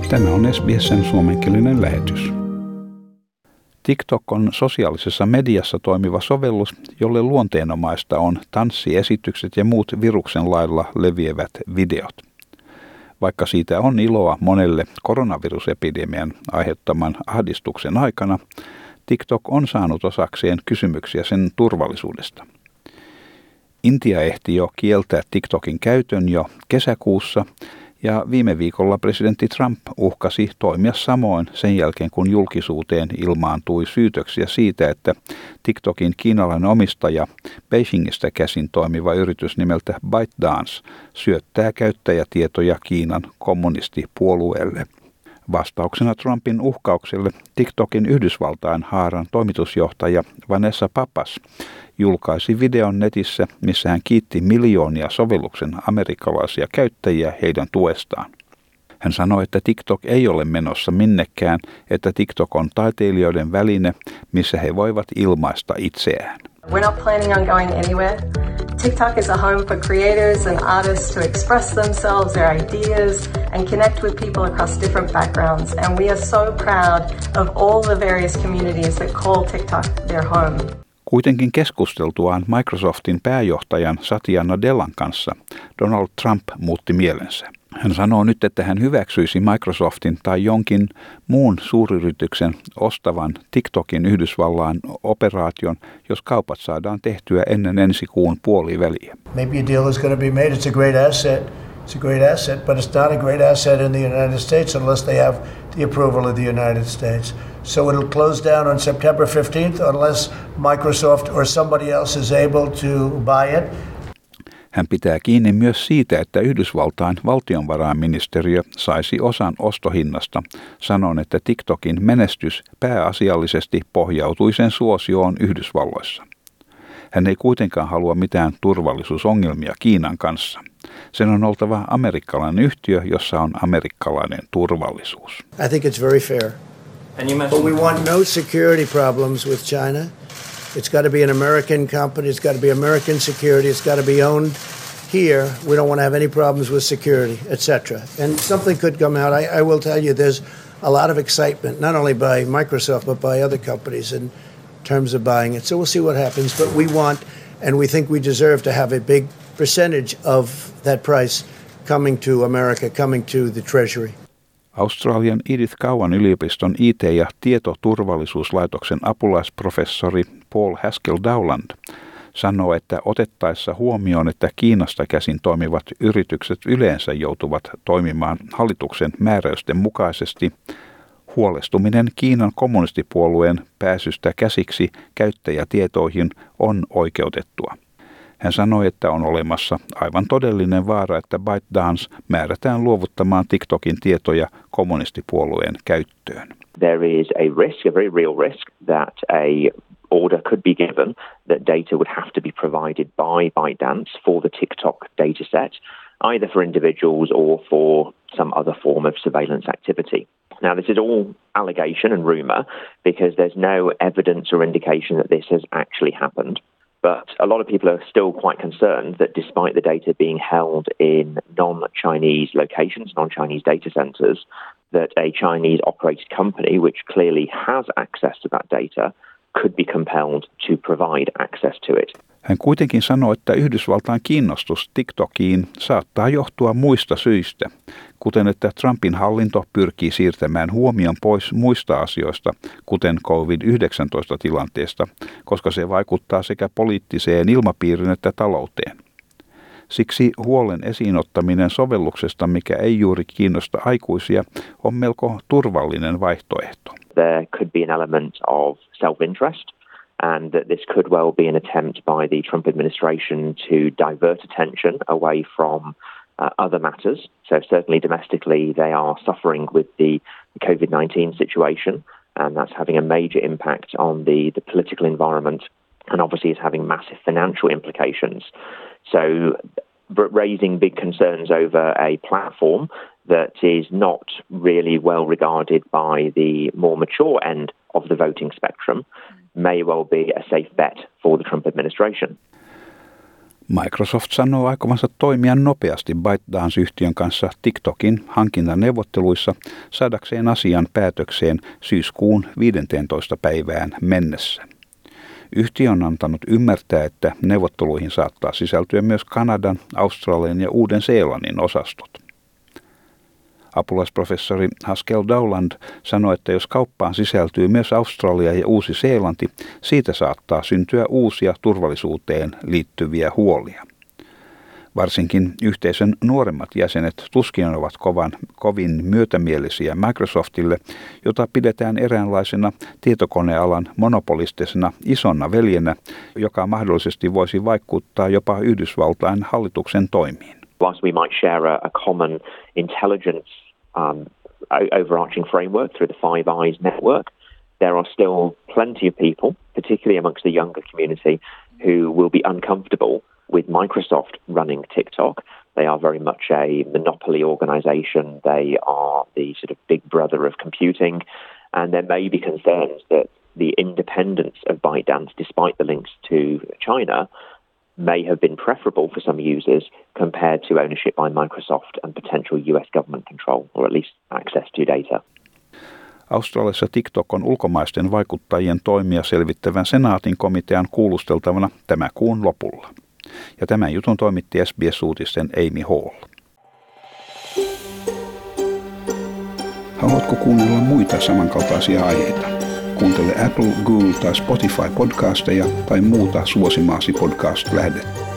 Tämä on SBS:n suomenkielinen lähetys. TikTok on sosiaalisessa mediassa toimiva sovellus, jolle luonteenomaista on tanssiesitykset ja muut viruksen lailla leviävät videot. Vaikka siitä on iloa monelle koronavirusepidemian aiheuttaman ahdistuksen aikana, TikTok on saanut osakseen kysymyksiä sen turvallisuudesta. Intia ehti jo kieltää TikTokin käytön jo kesäkuussa, ja viime viikolla presidentti Trump uhkasi toimia samoin sen jälkeen, kun julkisuuteen ilmaantui syytöksiä siitä, että TikTokin kiinalainen omistaja Beijingistä käsin toimiva yritys nimeltä ByteDance syöttää käyttäjätietoja Kiinan kommunistipuolueelle. Vastauksena Trumpin uhkaukselle TikTokin Yhdysvaltain haaran toimitusjohtaja Vanessa Pappas julkaisi videon netissä, missä hän kiitti miljoonia sovelluksen amerikkalaisia käyttäjiä heidän tuestaan. Hän sanoi, että TikTok ei ole menossa minnekään, että TikTok on taiteilijoiden väline, missä he voivat ilmaista itseään. We're not planning on going anywhere. TikTok is a home for creators and artists to express themselves, their ideas, and connect with people across different backgrounds. And we are so proud of all the various communities that call TikTok their home. Kuitenkin keskusteltuaan Microsoftin pääjohtajan Satya Nadellan kanssa Donald Trump muutti mielensä. Hän sanoo nyt, että hän hyväksyisi Microsoftin tai jonkin muun suuryrityksen ostavan TikTokin Yhdysvallaan operaation, jos kaupat saadaan tehtyä ennen ensi kuun puoliväliä. Maybe a deal is going to be made. It's a great asset. It's a great asset, but it's not a great asset in the United States unless they have the approval of the United States. So it'll close down on September 15th unless Microsoft or somebody else is able to buy it. Hän pitää kiinni myös siitä, että Yhdysvaltain valtionvarainministeriö saisi osan ostohinnasta, sanon, että TikTokin menestys pääasiallisesti pohjautui sen suosioon Yhdysvalloissa. Hän ei kuitenkaan halua mitään turvallisuusongelmia Kiinan kanssa. Sen on oltava amerikkalainen yhtiö, jossa on amerikkalainen turvallisuus. I think it's very fair. But we want no security problems with China. It's got to be an American company. It's got to be American security. It's got to be owned here. We don't want to have any problems with security, etc. And something could come out. I will tell you there's a lot of excitement, not only by Microsoft, but by other companies in terms of buying it. So we'll see what happens. But we want, and we think we deserve to have a big percentage of that price coming to America, coming to the Treasury. Australian Edith Cowan yliopiston IT- ja tietoturvallisuuslaitoksen apulaisprofessori Paul Haskell-Dowland sanoo, että otettaessa huomioon, että Kiinasta käsin toimivat yritykset yleensä joutuvat toimimaan hallituksen määräysten mukaisesti, huolestuminen Kiinan kommunistipuolueen pääsystä käsiksi käyttäjätietoihin on oikeutettua. Hän sanoi, että on olemassa aivan todellinen vaara, että ByteDance määrätään luovuttamaan TikTokin tietoja kommunistipuolueen käyttöön. There is a risk, a very real risk, that a order could be given that data would have to be provided by ByteDance for the TikTok dataset, either for individuals or for some other form of surveillance activity. Now, this is all allegation and rumor because there's no evidence or indication that this has actually happened. But a lot of people are still quite concerned that despite the data being held in non-Chinese locations, non-Chinese data centers, that a Chinese operated company, which clearly has access to that data, could be compelled to provide access to it. Hän kuitenkin sanoi, että Yhdysvaltain kiinnostus TikTokiin saattaa johtua muista syistä, kuten että Trumpin hallinto pyrkii siirtämään huomion pois muista asioista, kuten COVID-19-tilanteesta, koska se vaikuttaa sekä poliittiseen ilmapiiriin että talouteen. Siksi huolen esiinottaminen sovelluksesta, mikä ei juuri kiinnosta aikuisia, on melko turvallinen vaihtoehto. There could be an element of self-interest. And that this could well be an attempt by the Trump administration to divert attention away from other matters. So certainly domestically, they are suffering with the COVID-19 situation, and that's having a major impact on the political environment, and obviously is having massive financial implications. So raising big concerns over a platform that is not really well regarded by the more mature end of the voting spectrum may well be a safe bet for the Trump administration. Microsoft sanoo aikovansa toimia nopeasti ByteDance-yhtiön kanssa TikTokin hankintaneuvotteluissa saadakseen asian päätökseen syyskuun 15. päivään mennessä. Yhtiö on antanut ymmärtää, että neuvotteluihin saattaa sisältyä myös Kanadan, Australian ja Uuden-Seelannin osastot. Apulaisprofessori Haskell Dowland sanoi, että jos kauppaan sisältyy myös Australia ja Uusi-Seelanti, siitä saattaa syntyä uusia turvallisuuteen liittyviä huolia. Varsinkin yhteisön nuoremmat jäsenet tuskin ovat kovin myötämielisiä Microsoftille, jota pidetään eräänlaisena tietokonealan monopolistisena isona veljenä, joka mahdollisesti voisi vaikuttaa jopa Yhdysvaltain hallituksen toimiin. Whilst we might share a common intelligence overarching framework through the Five Eyes network, there are still plenty of people, particularly amongst the younger community, who will be uncomfortable with Microsoft running TikTok. They are very much a monopoly organization. They are the sort of big brother of computing. And there may be concerns that the independence of ByteDance, despite the links to China, may have been preferable for some users compared to ownership by Microsoft and potential US government control, or at least access to data. Australiassa TikTok on ulkomaisten vaikuttajien toimia selvittävän senaatin komitean kuulusteltavana tämän kuun lopulla. Ja tämän jutun toimitti SBS-uutisten Amy Hall. Haluatko kuunnella muita samankaltaisia aiheita? Kuuntele Apple, Google tai Spotify podcasteja tai muuta suosimaasi podcast-lähdettä.